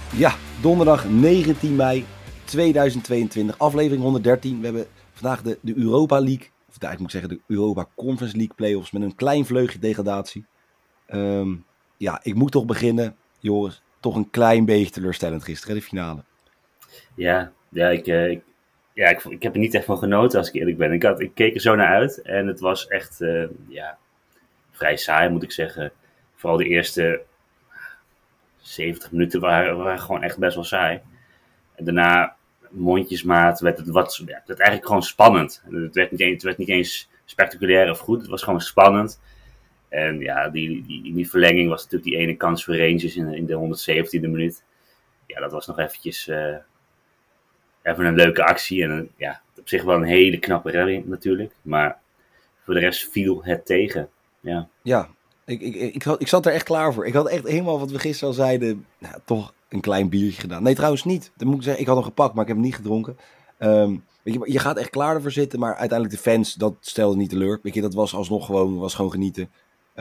Ja, donderdag 19 mei 2022, aflevering 113. We hebben vandaag de Europa League, of eigenlijk moet ik zeggen de Europa Conference League playoffs met een klein vleugje degradatie. Ja, ik moet toch beginnen, Joris. Toch een klein beetje teleurstellend gisteren, de finale. Ik heb er niet echt van genoten, als ik eerlijk ben. Ik keek er zo naar uit en het was echt vrij saai, moet ik zeggen. Vooral de eerste 70 minuten waren gewoon echt best wel saai. En daarna, mondjesmaat, werd het eigenlijk gewoon spannend. Het werd niet eens spectaculair of goed, het was gewoon spannend. En ja, die verlenging was natuurlijk die ene kans voor Rangers in de 117e minuut. Ja, dat was nog eventjes... even een leuke actie en op zich wel een hele knappe redding natuurlijk. Maar voor de rest viel het tegen. Ja, ik zat er echt klaar voor. Ik had echt helemaal wat we gisteren al zeiden, toch een klein biertje gedaan. Nee, trouwens niet. Dan moet ik zeggen, ik had hem gepakt, maar ik heb hem niet gedronken. Weet je gaat echt klaar ervoor zitten, maar uiteindelijk de fans, dat stelde niet teleur. Weet je, dat was alsnog gewoon genieten.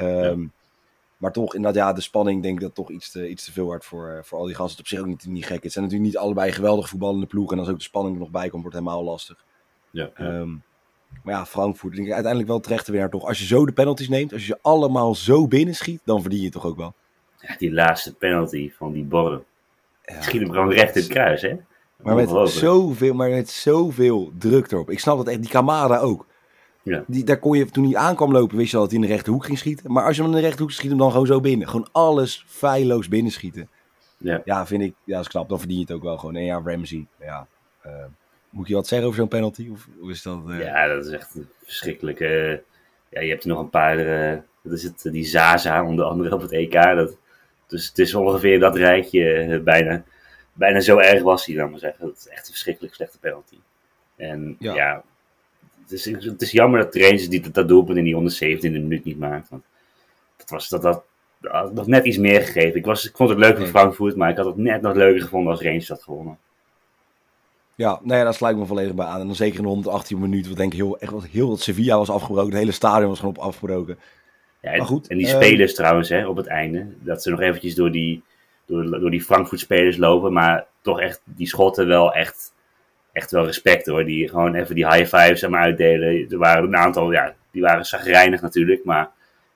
Maar toch, inderdaad, de spanning denk ik dat toch iets te veel werd voor al die gasten. Het op zich ook niet gek. Het zijn natuurlijk niet allebei geweldig voetballende ploegen. En als ook de spanning er nog bij komt, wordt het helemaal lastig. Ja. Maar ja, Frankfurt, denk ik uiteindelijk wel terecht te winnaar toch. Als je zo de penalties neemt, als je ze allemaal zo binnenschiet, dan verdien je het toch ook wel. Ja, die laatste penalty van die Borren. Ja, Schiet hem gewoon recht in het kruis, hè? maar met zoveel druk erop. Ik snap dat echt, die Kamada ook. Ja. Daar kon je, toen hij aankwam lopen, wist je al dat hij in de rechterhoek ging schieten. Maar als je hem in de rechterhoek schiet, hem dan gewoon zo binnen. Gewoon alles feilloos binnenschieten. Ja, vind ik, ja, dat is knap. Dan verdien je het ook wel gewoon. En ja, Ramsey, ja. Moet je wat zeggen over zo'n penalty? Of hoe is dat? Ja, dat is echt verschrikkelijk. Je hebt er nog een paar, dat is het, die Zaza onder andere op het EK. Dus het is ongeveer dat rijtje, bijna zo erg was hij, laat maar zeggen. Dat is echt een verschrikkelijk slechte penalty. En ja, het is jammer dat de Rangers dat doelpunt in die 117e minuut niet maakt. Want dat had nog net iets meer gegeven. Ik vond het leuk voor Frankfurt, maar ik had het net nog leuker gevonden als Rangers had gewonnen. Ja, nou ja, daar sluit ik me volledig bij aan. En dan zeker in de 118 minuten, wat denk ik heel het Sevilla was afgebroken. Het hele stadion was gewoon afgebroken. Ja, maar goed. En die spelers trouwens, op het einde, dat ze nog eventjes door die Frankfurt-spelers lopen, maar toch echt die schotten wel echt wel respect hoor. Die gewoon even die high fives aan me uitdelen. Er waren een aantal, die waren chagrijnig natuurlijk, maar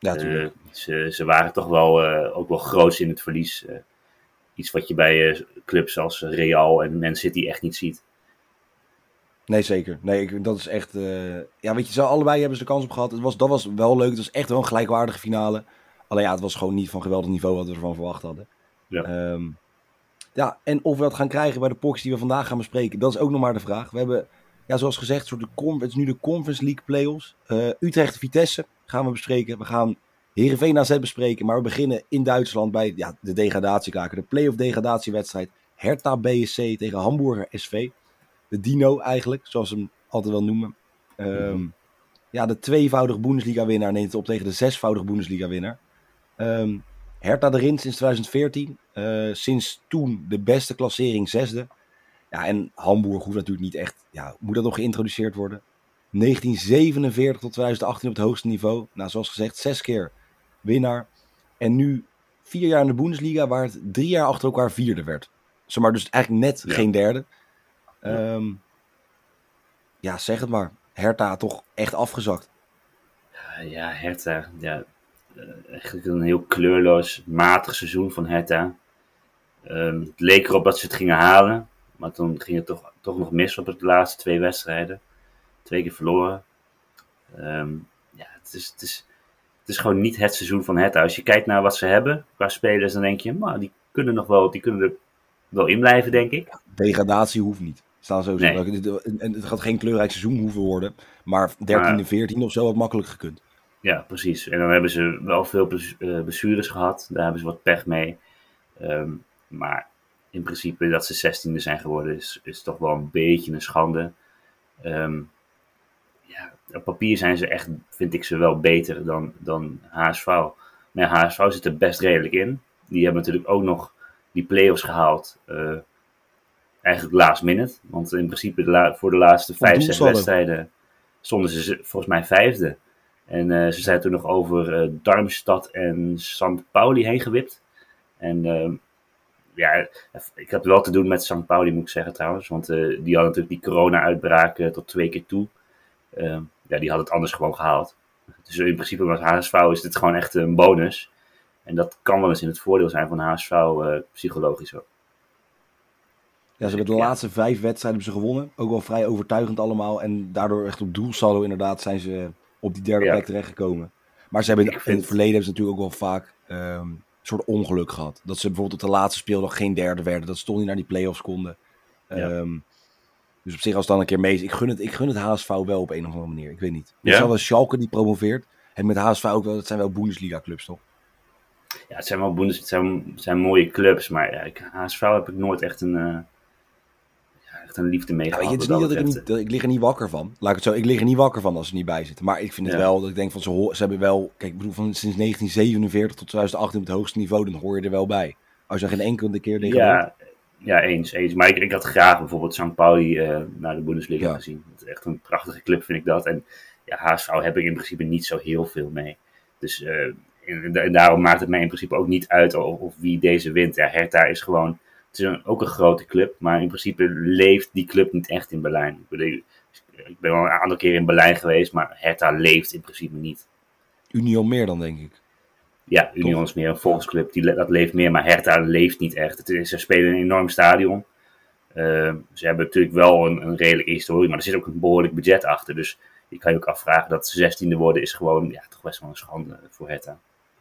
ze waren toch wel ook wel groots in het verlies. Iets wat je bij clubs als Real en Man City echt niet ziet. Nee, zeker. Nee, dat is echt... ja, weet je, zo allebei hebben ze de kans op gehad. Dat was wel leuk. Het was echt wel een gelijkwaardige finale. Alleen ja, het was gewoon niet van geweldig niveau wat we ervan verwacht hadden. Ja. Ja, en of we dat gaan krijgen bij de poks die we vandaag gaan bespreken, dat is ook nog maar de vraag. We hebben, ja, zoals gezegd, het is nu de Conference League playoffs. Utrecht-Vitesse gaan we bespreken. We gaan Heerenveen AZ bespreken. Maar we beginnen in Duitsland bij de degradatiekaker. De play-off degradatiewedstrijd. Hertha BSC tegen Hamburger SV. De Dino eigenlijk, zoals ze hem altijd wel noemen. Ja, de tweevoudig Bundesliga-winnaar neemt het op tegen de zesvoudig Bundesliga-winnaar. Hertha erin sinds 2014. Sinds toen de beste klassering zesde. Ja, en Hamburg hoeft natuurlijk niet echt... Ja, moet dat nog geïntroduceerd worden? 1947 tot 2018 op het hoogste niveau. Nou, zoals gezegd, 6 keer winnaar. En nu 4 jaar in de Bundesliga, waar het 3 jaar achter elkaar vierde werd. Zomaar dus eigenlijk net geen derde. Ja, zeg het maar. Hertha toch echt afgezakt. Ja, Hertha. Ja, eigenlijk een heel kleurloos, matig seizoen van Hertha. Het leek erop dat ze het gingen halen. Maar toen ging het toch nog mis op de laatste 2 wedstrijden. 2 keer verloren. Het is gewoon niet het seizoen van Hertha. Als je kijkt naar wat ze hebben qua spelers, dan denk je, maar die kunnen er wel in blijven, denk ik. Degradatie hoeft niet. Staan zo. Nee. En het gaat geen kleurrijk seizoen hoeven worden. Maar 13e, 14e of zo had makkelijk gekund. Ja, precies. En dan hebben ze wel veel blessures gehad. Daar hebben ze wat pech mee. Maar in principe dat ze 16e zijn geworden is toch wel een beetje een schande. Op papier zijn ze echt, vind ik ze wel beter dan HSV. Maar HSV zit er best redelijk in. Die hebben natuurlijk ook nog die play-offs gehaald. Eigenlijk last minute. Want in principe voor de laatste 5, 6 wedstrijden stonden ze volgens mij 5e. En ze zijn toen nog over Darmstadt en St. Pauli heen gewipt. En ja, ik had wel te doen met St. Pauli, moet ik zeggen trouwens. Want die hadden natuurlijk die corona-uitbraak tot 2 keer toe. Ja, die had het anders gewoon gehaald. Dus in principe met HSV is dit gewoon echt een bonus. En dat kan wel eens in het voordeel zijn van HSV psychologisch ook. Ja, ze hebben de laatste 5 wedstrijden hebben ze gewonnen. Ook wel vrij overtuigend allemaal. En daardoor echt op doelsaldo inderdaad zijn ze op die derde plek terechtgekomen. Maar ze hebben in het verleden hebben ze natuurlijk ook wel vaak een soort ongeluk gehad. Dat ze bijvoorbeeld op de laatste speeldag geen derde werden. Dat ze toch niet naar die play-offs konden. Dus op zich als het dan een keer mee is. Ik gun het HSV wel op een of andere manier. Ik weet niet. Het is wel Schalke die promoveert. En met HSV ook wel. Het zijn wel Bundesliga clubs toch? Ja, het zijn wel het zijn mooie clubs. Maar HSV heb ik nooit echt een liefde mee gehad. Het is niet dat ik lig er niet wakker van. Laat ik het zo. Ik lig er niet wakker van als ze niet bij zitten. Maar ik vind het wel dat ik denk van ze hebben wel. Kijk, ik bedoel van sinds 1947 tot 2018 op het hoogste niveau, dan hoor je er wel bij. Als je geen enkele keer tegen Ja, eens. Maar ik had graag bijvoorbeeld St. Pauli naar de Bundesliga gezien. Dat is echt een prachtige club, vind ik dat. En ja, HSV heb ik in principe niet zo heel veel mee. Dus en daarom maakt het mij in principe ook niet uit of wie deze wint. Ja, Hertha is gewoon. Het is ook een grote club, maar in principe leeft die club niet echt in Berlijn. Ik ben wel een aantal keer in Berlijn geweest, maar Hertha leeft in principe niet. Union meer dan, denk ik. Ja, Union is meer een volksclub, dat leeft meer, maar Hertha leeft niet echt. Ze spelen een enorm stadion. Ze hebben natuurlijk wel een redelijke historie, maar er zit ook een behoorlijk budget achter. Dus je kan je ook afvragen dat ze 16e worden is gewoon toch best wel een schande voor Hertha.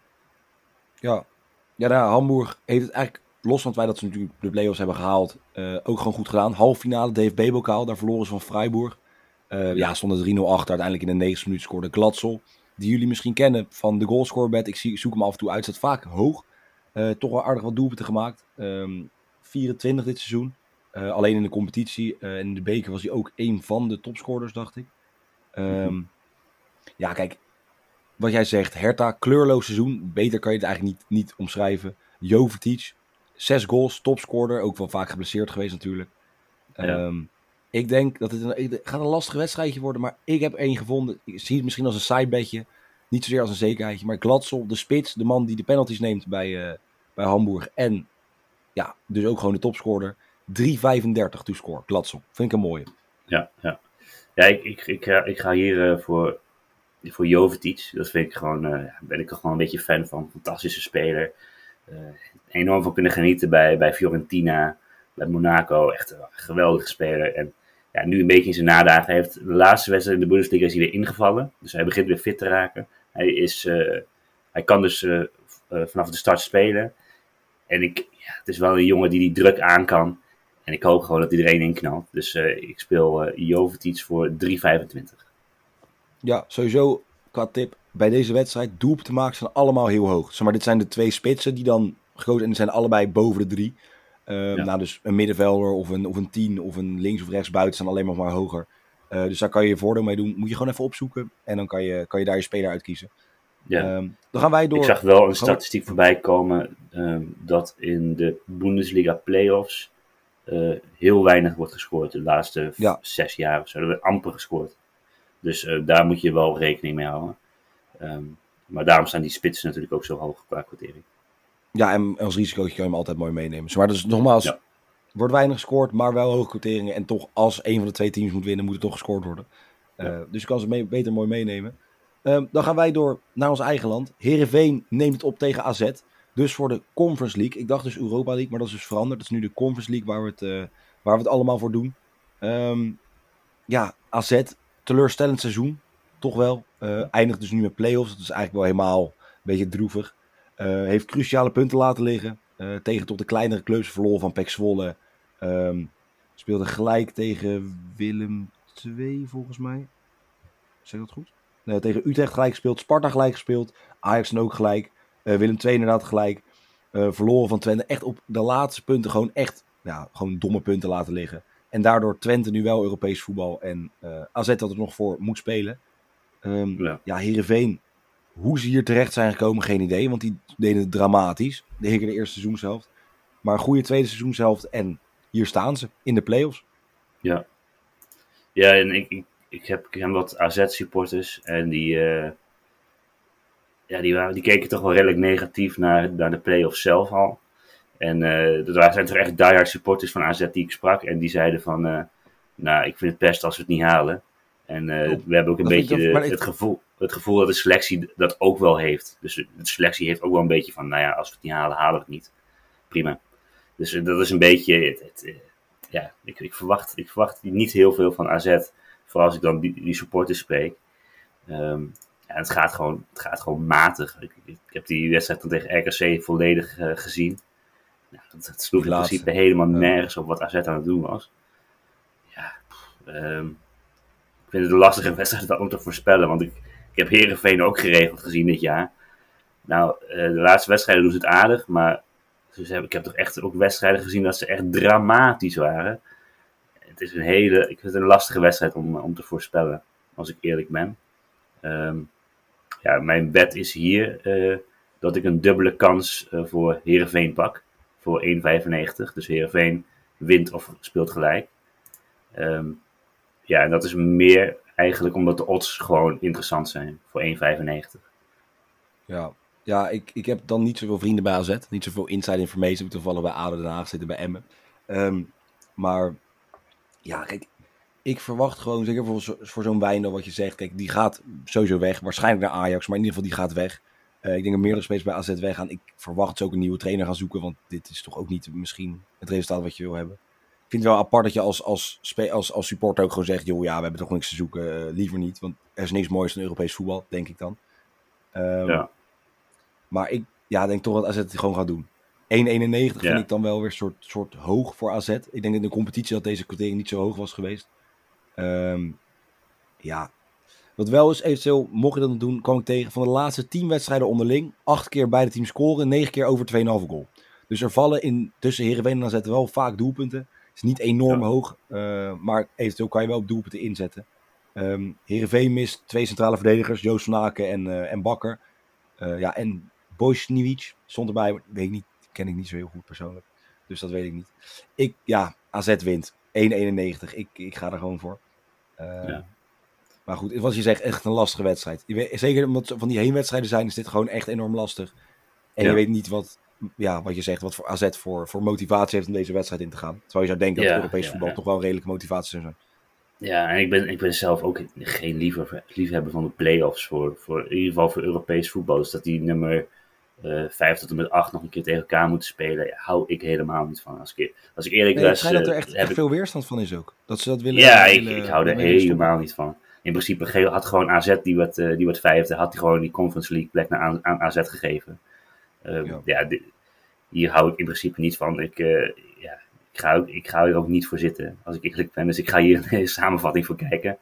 Ja, Hamburg heeft het eigenlijk, los van het feit dat ze natuurlijk de play-offs hebben gehaald, ook gewoon goed gedaan. Halffinale, DFB-bokaal, daar verloren ze van Freiburg. Stonden 3-0 achter, uiteindelijk in de 9e minuut scoorde Glatzel. Die jullie misschien kennen van de goalscorebed. Ik zoek hem af en toe uit, staat vaak hoog. Toch wel aardig wat doelpunten gemaakt. 24 dit seizoen. Alleen in de competitie. In de beker was hij ook een van de topscorers, dacht ik. Ja, kijk. Wat jij zegt, Hertha, kleurloos seizoen. Beter kan je het eigenlijk niet omschrijven. Jovetic, 6 goals, topscorer. Ook wel vaak geblesseerd geweest natuurlijk. Ik denk dat het gaat een lastig wedstrijdje worden. Maar ik heb één gevonden. Ik zie het misschien als een sidebedje. Niet zozeer als een zekerheidje. Maar Glatzel, de spits, de man die de penalties neemt bij Hamburg. En ja, dus ook gewoon de topscorer. 3,35 toescore, Glatzel. Vind ik een mooie. Ja, ik ga hier voor Jovetic. Dat vind ik gewoon, ben ik er gewoon een beetje fan van. Fantastische speler. Enorm van kunnen genieten bij Fiorentina, bij Monaco. Echt een geweldige speler. En ja, nu een beetje in zijn nadagen. Heeft de laatste wedstrijd in de Bundesliga is hij weer ingevallen. Dus hij begint weer fit te raken. Hij kan dus vanaf de start spelen. En het is wel een jongen die druk aan kan. En ik hoop gewoon dat iedereen inknalt. Dus ik speel Jovetic voor 3,25. Ja, sowieso qua tip. Bij deze wedstrijd, doelpunten maken zijn allemaal heel hoog. Zeg maar, dit zijn de 2 spitsen die dan gekozen en die zijn allebei boven de 3. Dus een middenvelder of een 10 of een links of rechts buiten zijn alleen maar hoger. Dus daar kan je voordeel mee doen. Moet je gewoon even opzoeken en dan kan je daar je speler uitkiezen. Ja. Dan gaan wij door. Ik zag wel een statistiek voorbij komen dat in de Bundesliga playoffs heel weinig wordt gescoord. De laatste 6 jaar of zo. Er wordt amper gescoord. Dus daar moet je wel rekening mee houden. Maar daarom staan die spitsen natuurlijk ook zo hoog qua quotering. Ja, en als risicootje kan je hem altijd mooi meenemen. Maar dus nogmaals, wordt weinig gescoord, maar wel hoge quoteringen. En toch, als een van de 2 teams moet winnen, moet het toch gescoord worden. Dus je kan ze beter mooi meenemen. Dan gaan wij door naar ons eigen land. Heerenveen neemt het op tegen AZ. Dus voor de Conference League. Ik dacht dus Europa League, maar dat is dus veranderd. Dat is nu de Conference League waar we het allemaal voor doen. AZ, teleurstellend seizoen. Toch wel. Eindigt dus nu met play-offs. Dat is eigenlijk wel helemaal een beetje droevig. Heeft cruciale punten laten liggen. Tegen tot de kleinere clubs. Verloren van PEC Zwolle. Speelde gelijk tegen Willem II volgens mij. Zeg ik dat goed? Tegen Utrecht gelijk gespeeld. Sparta gelijk gespeeld. Ajax dan ook gelijk. Willem II inderdaad gelijk. Verloren van Twente. Echt op de laatste punten gewoon echt gewoon domme punten laten liggen. En daardoor Twente nu wel Europees voetbal. En AZ dat er nog voor moet spelen. Heerenveen. Hoe ze hier terecht zijn gekomen, geen idee. Want die deden het dramatisch. De eerste seizoenshelft. Maar een goede tweede seizoenshelft. En hier staan ze in de play-offs. Ja, en ik ken wat AZ-supporters. En die keken toch wel redelijk negatief naar de play-offs zelf al. En er zijn toch echt diehard supporters van AZ die ik sprak. En die zeiden van, nou, ik vind het best als we het niet halen. En we hebben ook een beetje het gevoel dat de selectie dat ook wel heeft. Dus de selectie heeft ook wel een beetje van, nou ja, als we het niet halen, halen we het niet. Prima. Dus dat is een beetje, ja, ik verwacht niet heel veel van AZ. Vooral als ik dan die supporters spreek. Ja, het gaat gewoon matig. Ik heb die wedstrijd dan tegen RKC volledig gezien. Nou, dat sloeg in principe helemaal nergens op wat AZ aan het doen was. Ja, ik vind het een lastige wedstrijd om te voorspellen. Want ik heb Heerenveen ook geregeld gezien dit jaar. Nou, de laatste wedstrijden doen ze het aardig. Maar ik heb toch echt ook wedstrijden gezien dat ze echt dramatisch waren. Ik vind het een lastige wedstrijd om te voorspellen. Als ik eerlijk ben. Ja, mijn bet is hier dat ik een dubbele kans voor Heerenveen pak. Voor 1,95. Dus Heerenveen wint of speelt gelijk. Ja, en dat is meer eigenlijk omdat de odds gewoon interessant zijn. Voor 1,95. Ja, ik heb dan niet zoveel vrienden bij AZ. Niet zoveel inside information. Ik toevallig bij ADO Den Haag zitten, bij Emmen. Maar ja, kijk, ik verwacht gewoon, zeker voor zo'n Wijndal wat je zegt, kijk, die gaat sowieso weg. Waarschijnlijk naar Ajax, maar in ieder geval die gaat weg. Ik denk dat meerdere spelers bij AZ weggaan. Ik verwacht dat ze ook een nieuwe trainer gaan zoeken, want dit is toch ook niet misschien het resultaat wat je wil hebben. Ik vind het wel apart dat je als supporter ook gewoon zegt, joh, ja, we hebben toch niks te zoeken, liever niet. Want er is niks moois dan Europees voetbal, denk ik dan. Maar ik denk toch dat AZ het gewoon gaat doen. 1,91 vind ik dan wel weer soort hoog voor AZ. Ik denk in de competitie dat deze quotering niet zo hoog was geweest. Wat wel is eventueel, mocht je dat doen, kwam ik tegen van de laatste 10 wedstrijden onderling. 8 keer beide teams scoren, 9 keer over 2,5 goal. Dus er vallen tussen Heerenveen en AZ wel vaak doelpunten. Het is niet enorm hoog, maar eventueel kan je wel op doelpunten inzetten. Heerenveen mist 2 centrale verdedigers, Joost van Aken en Bakker. En Bojsniewicz stond erbij, weet ik niet, ken ik niet zo heel goed persoonlijk. Dus dat weet ik niet. AZ wint. 1,91. Ik ga er gewoon voor. Maar goed, wat je zegt, echt een lastige wedstrijd. Zeker omdat van die heenwedstrijden zijn, is dit gewoon echt enorm lastig. En je weet niet wat je zegt, wat voor AZ voor motivatie heeft om deze wedstrijd in te gaan. Terwijl je zou denken dat Europees voetbal toch wel een redelijke motivatie zou zijn. Ja, en ik ben zelf ook geen liefhebber van de play-offs voor in ieder geval voor Europees voetbal. Dus dat die nummer 5 tot en met 8 nog een keer tegen elkaar moeten spelen, hou ik helemaal niet van. Als ik eerlijk was... Ik zei dat er echt veel weerstand van is ook. Dat ze dat willen... Ja, ik hou er helemaal niet van. In principe had gewoon AZ, die wat vijfde, had hij gewoon die Conference League plek aan AZ gegeven. Hier hou ik in principe niet van. Ik ga hier ook niet voor zitten, als ik eerlijk ben. Dus ik ga hier een samenvatting voor kijken.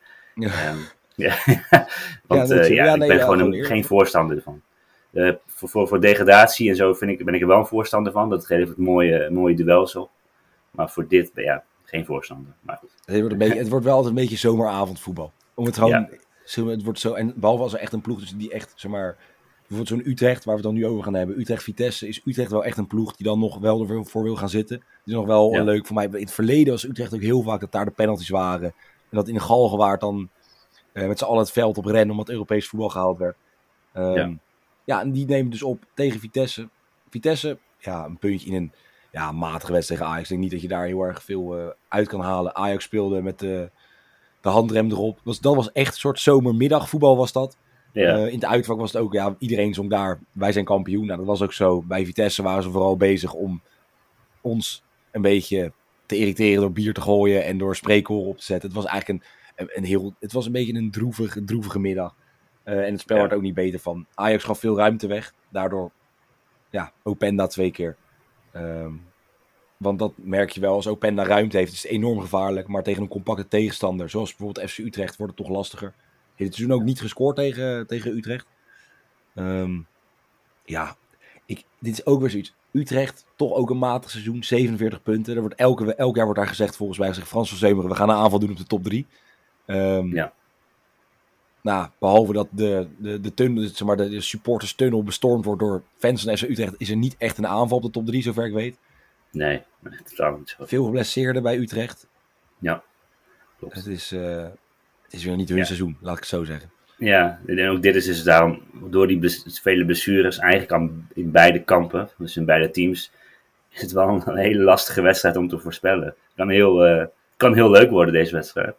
Want ik ben gewoon geen voorstander ervan. Voor degradatie en zo ben ik er wel een voorstander van. Dat geeft het mooie duels op. Maar voor dit, geen voorstander. Maar goed. Het wordt wel altijd een beetje zomeravondvoetbal. Om het gewoon... Het wordt zo... En behalve als er echt een ploeg is die echt, zeg maar... Bijvoorbeeld zo'n Utrecht, waar we het dan nu over gaan hebben. Utrecht-Vitesse is Utrecht wel echt een ploeg die dan nog wel ervoor wil gaan zitten. Het is nog wel leuk voor mij. In het verleden was Utrecht ook heel vaak dat daar de penalties waren. En dat in de Galgenwaard dan met z'n allen het veld op rennen omdat Europees voetbal gehaald werd. En die nemen dus op tegen Vitesse. Vitesse, een puntje in een matige wedstrijd tegen Ajax. Ik denk niet dat je daar heel erg veel uit kan halen. Ajax speelde met de handrem erop. Dat was echt een soort zomermiddagvoetbal was dat. In het uitvak was het ook, iedereen zong daar, wij zijn kampioen. Nou, dat was ook zo. Bij Vitesse waren ze vooral bezig om ons een beetje te irriteren door bier te gooien en door spreekkoren op te zetten. Het was eigenlijk het was een beetje een droevige middag. En het spel werd ook niet beter van. Ajax gaf veel ruimte weg. Daardoor, Openda 2 keer. Want dat merk je wel, als Openda ruimte heeft, is het enorm gevaarlijk. Maar tegen een compacte tegenstander, zoals bijvoorbeeld FC Utrecht, wordt het toch lastiger. Heeft het seizoen ook niet gescoord tegen Utrecht. Dit is ook weer zoiets. Utrecht, toch ook een matig seizoen, 47 punten. Er wordt elk jaar wordt daar gezegd, volgens mij, zegt Frans van Zeumeren, we gaan een aanval doen op de top 3. Behalve dat de tunnel, zeg maar, de supporters tunnel bestormd wordt door fans van FC Utrecht, is er niet echt een aanval op de top 3, zover ik weet. Nee, totaal niet zo. Veel geblesseerden bij Utrecht. Ja, klopt. Het is weer niet hun seizoen, laat ik het zo zeggen. Ja, en ook dit is dus daarom, door die vele blessures eigenlijk in beide kampen, dus in beide teams, is het wel een hele lastige wedstrijd om te voorspellen. Het kan heel leuk worden, deze wedstrijd.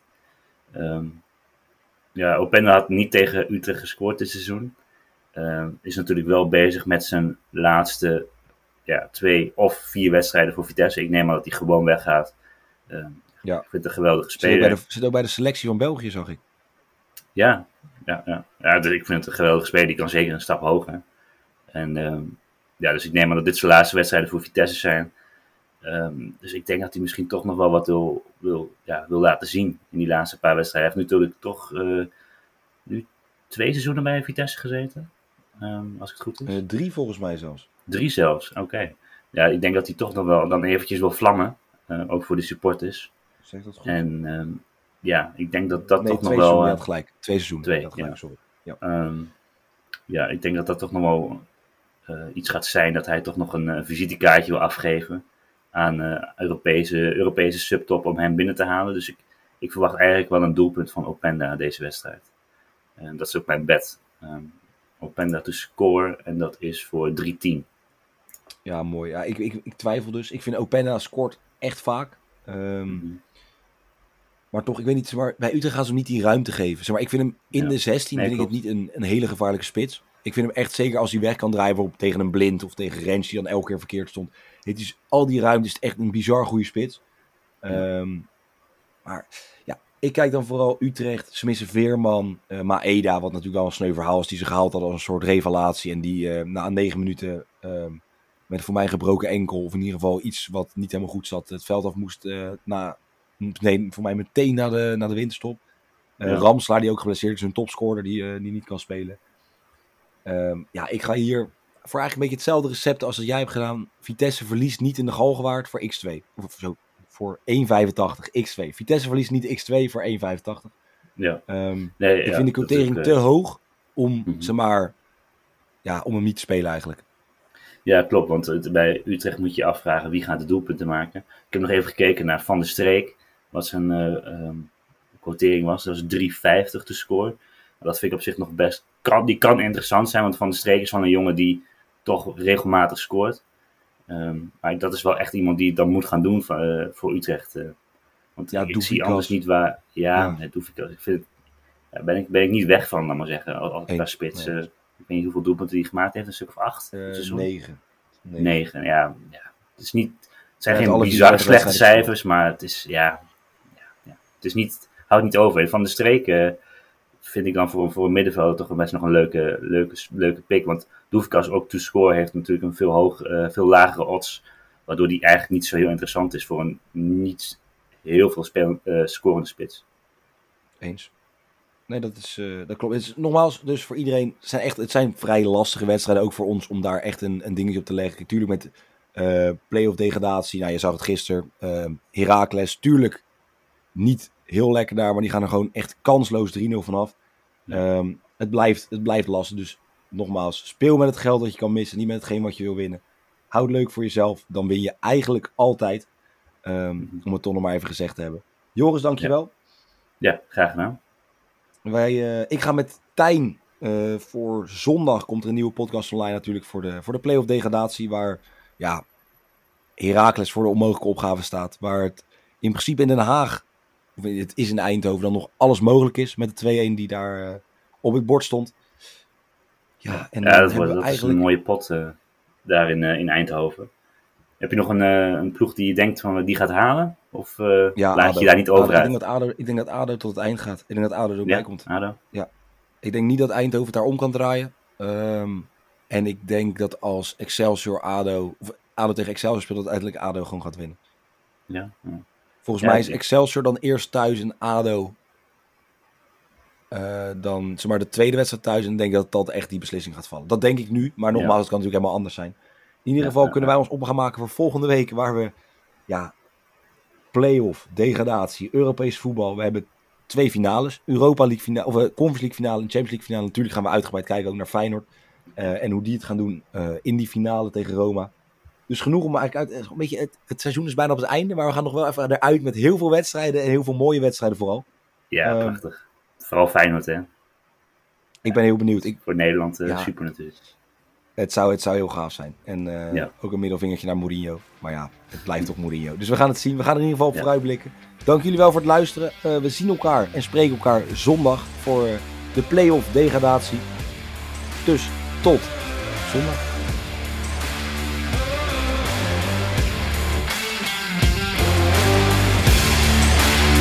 Openda had niet tegen Utrecht gescoord dit seizoen. Is natuurlijk wel bezig met zijn laatste 2 of 4 wedstrijden voor Vitesse. Ik neem aan dat hij gewoon weggaat. Ik vind het een geweldige speler. Zit ook bij de selectie van België, zag ik. Ja, dus ik vind het een geweldige speler. Die kan zeker een stap hoger. En dus ik neem aan dat dit zijn laatste wedstrijden voor Vitesse zijn. Dus ik denk dat hij misschien toch nog wel wat wil laten zien in die laatste paar wedstrijden. Hij heeft natuurlijk toch nu 2 seizoenen bij Vitesse gezeten. Als ik het goed is. 3 volgens mij zelfs. 3 zelfs, oké. Ja, ik denk dat hij toch nog wel dan eventjes wil vlammen. Ook voor de supporters. Zeg dat goed? En ik denk dat toch nog wel... 2 seizoenen, je had gelijk. 2 seizoenen. 2, gelijk, sorry. Ik denk dat dat toch nog wel iets gaat zijn. Dat hij toch nog een visitekaartje wil afgeven aan Europese subtop om hem binnen te halen. Dus ik verwacht eigenlijk wel een doelpunt van Openda deze wedstrijd. En dat is ook mijn bet. Openda to score en dat is voor 3-10. Ja, mooi. Ja, ik twijfel dus. Ik vind Openda scoort echt vaak. Maar toch, ik weet niet, maar bij Utrecht gaan ze hem niet die ruimte geven. Maar ik vind hem in de 16 vind ik het niet een hele gevaarlijke spits. Ik vind hem echt, zeker als hij weg kan draaien op tegen een Blind of tegen Rens die dan elke keer verkeerd stond. Het is al die ruimte is echt een bizar goede spits. Maar ja, ik kijk dan vooral Utrecht, ze missen Veerman, Maeda, wat natuurlijk wel een sneu verhaal is, die ze gehaald hadden als een soort revelatie. En die na 9 minuten met voor mij een gebroken enkel, of in ieder geval iets wat niet helemaal goed zat, het veld af moest voor mij meteen na de winterstop. Ramslaar, die ook geblesseerd is, een topscorer die niet kan spelen. Ik ga hier voor eigenlijk een beetje hetzelfde recept als dat jij hebt gedaan. Vitesse verliest niet in de Galgenwaard voor x2. Of zo, voor 1,85 x2. Vitesse verliest niet x2 voor 1,85. Ja. Ik vind de quotering te hoog om, om hem niet te spelen eigenlijk. Ja, klopt, want bij Utrecht moet je afvragen wie gaat de doelpunten maken. Ik heb nog even gekeken naar Van der Streek, wat zijn quotering was. Dat was 3,50 te scoren. Dat vind ik op zich nog best... Die kan interessant zijn, want Van der Streek is van een jongen die toch regelmatig scoort. Maar dat is wel echt iemand die het dan moet gaan doen voor Utrecht. Want ik zie anders niet waar... het doe ik. Ik vind het, ben ik niet weg van, laat maar zeggen, als qua spits. Ik weet niet hoeveel doelpunten hij gemaakt heeft, een stuk of 8? 9, ja. Het zijn geen bizarre slechte cijfers, maar het is, het is niet, houdt niet over. Van de Streek vind ik dan voor een middenveld toch best nog een leuke pick, want Doefikas ook to score heeft natuurlijk een veel lagere odds, waardoor die eigenlijk niet zo heel interessant is voor een niet heel veel scorende spits. Eens. Nee, dat klopt. Het is nogmaals, dus voor iedereen, het zijn vrij lastige wedstrijden, ook voor ons, om daar echt een dingetje op te leggen. Tuurlijk met play-off degradatie, je zag het gisteren, Heracles, tuurlijk niet heel lekker daar, maar die gaan er gewoon echt kansloos 3-0 vanaf. Het blijft lastig, dus nogmaals, speel met het geld dat je kan missen, niet met hetgeen wat je wil winnen. Houd het leuk voor jezelf, dan win je eigenlijk altijd, om het toch nog maar even gezegd te hebben. Joris, dankjewel. Ja, graag gedaan. Ik ga met Tijn voor zondag komt er een nieuwe podcast online natuurlijk voor de play-off degradatie, waar Heracles voor de onmogelijke opgave staat, waar het in principe in Den Haag, of het is in Eindhoven, dan nog alles mogelijk is met de 2-1 die daar op het bord stond. Dat is een mooie pot daar in Eindhoven. Heb je nog een ploeg die je denkt van die gaat halen? Of laat ADO. Je daar niet over uit? Ik denk dat ADO tot het eind gaat. Ik denk dat ADO er ook bij komt. ADO? Ja. Ik denk niet dat Eindhoven het daar om kan draaien. En ik denk dat als ADO tegen Excelsior speelt, dat uiteindelijk ADO gewoon gaat winnen. Ja. Volgens mij is Excelsior dan eerst thuis en ADO dan de tweede wedstrijd thuis. En ik denk dat echt die beslissing gaat vallen. Dat denk ik nu, maar nogmaals, het kan natuurlijk helemaal anders zijn. In ieder geval kunnen wij ons op gaan maken voor volgende week, waar we play-off, degradatie, Europees voetbal. We hebben 2 finales, Europa League finale, of Conference League finale en Champions League finale. Natuurlijk gaan we uitgebreid kijken ook naar Feyenoord en hoe die het gaan doen in die finale tegen Roma. Dus genoeg om eigenlijk een beetje, het seizoen is bijna op het einde, maar we gaan nog wel even eruit met heel veel wedstrijden en heel veel mooie wedstrijden vooral. Ja, prachtig. Vooral Feyenoord, hè? Ik ben heel benieuwd. Voor Nederland super natuurlijk. Het zou heel gaaf zijn. En ook een middelvingertje naar Mourinho. Maar ja, het blijft toch Mourinho. Dus we gaan het zien. We gaan er in ieder geval op vooruitblikken. Dank jullie wel voor het luisteren. We zien elkaar en spreken elkaar zondag voor de play-off degradatie. Dus tot zondag.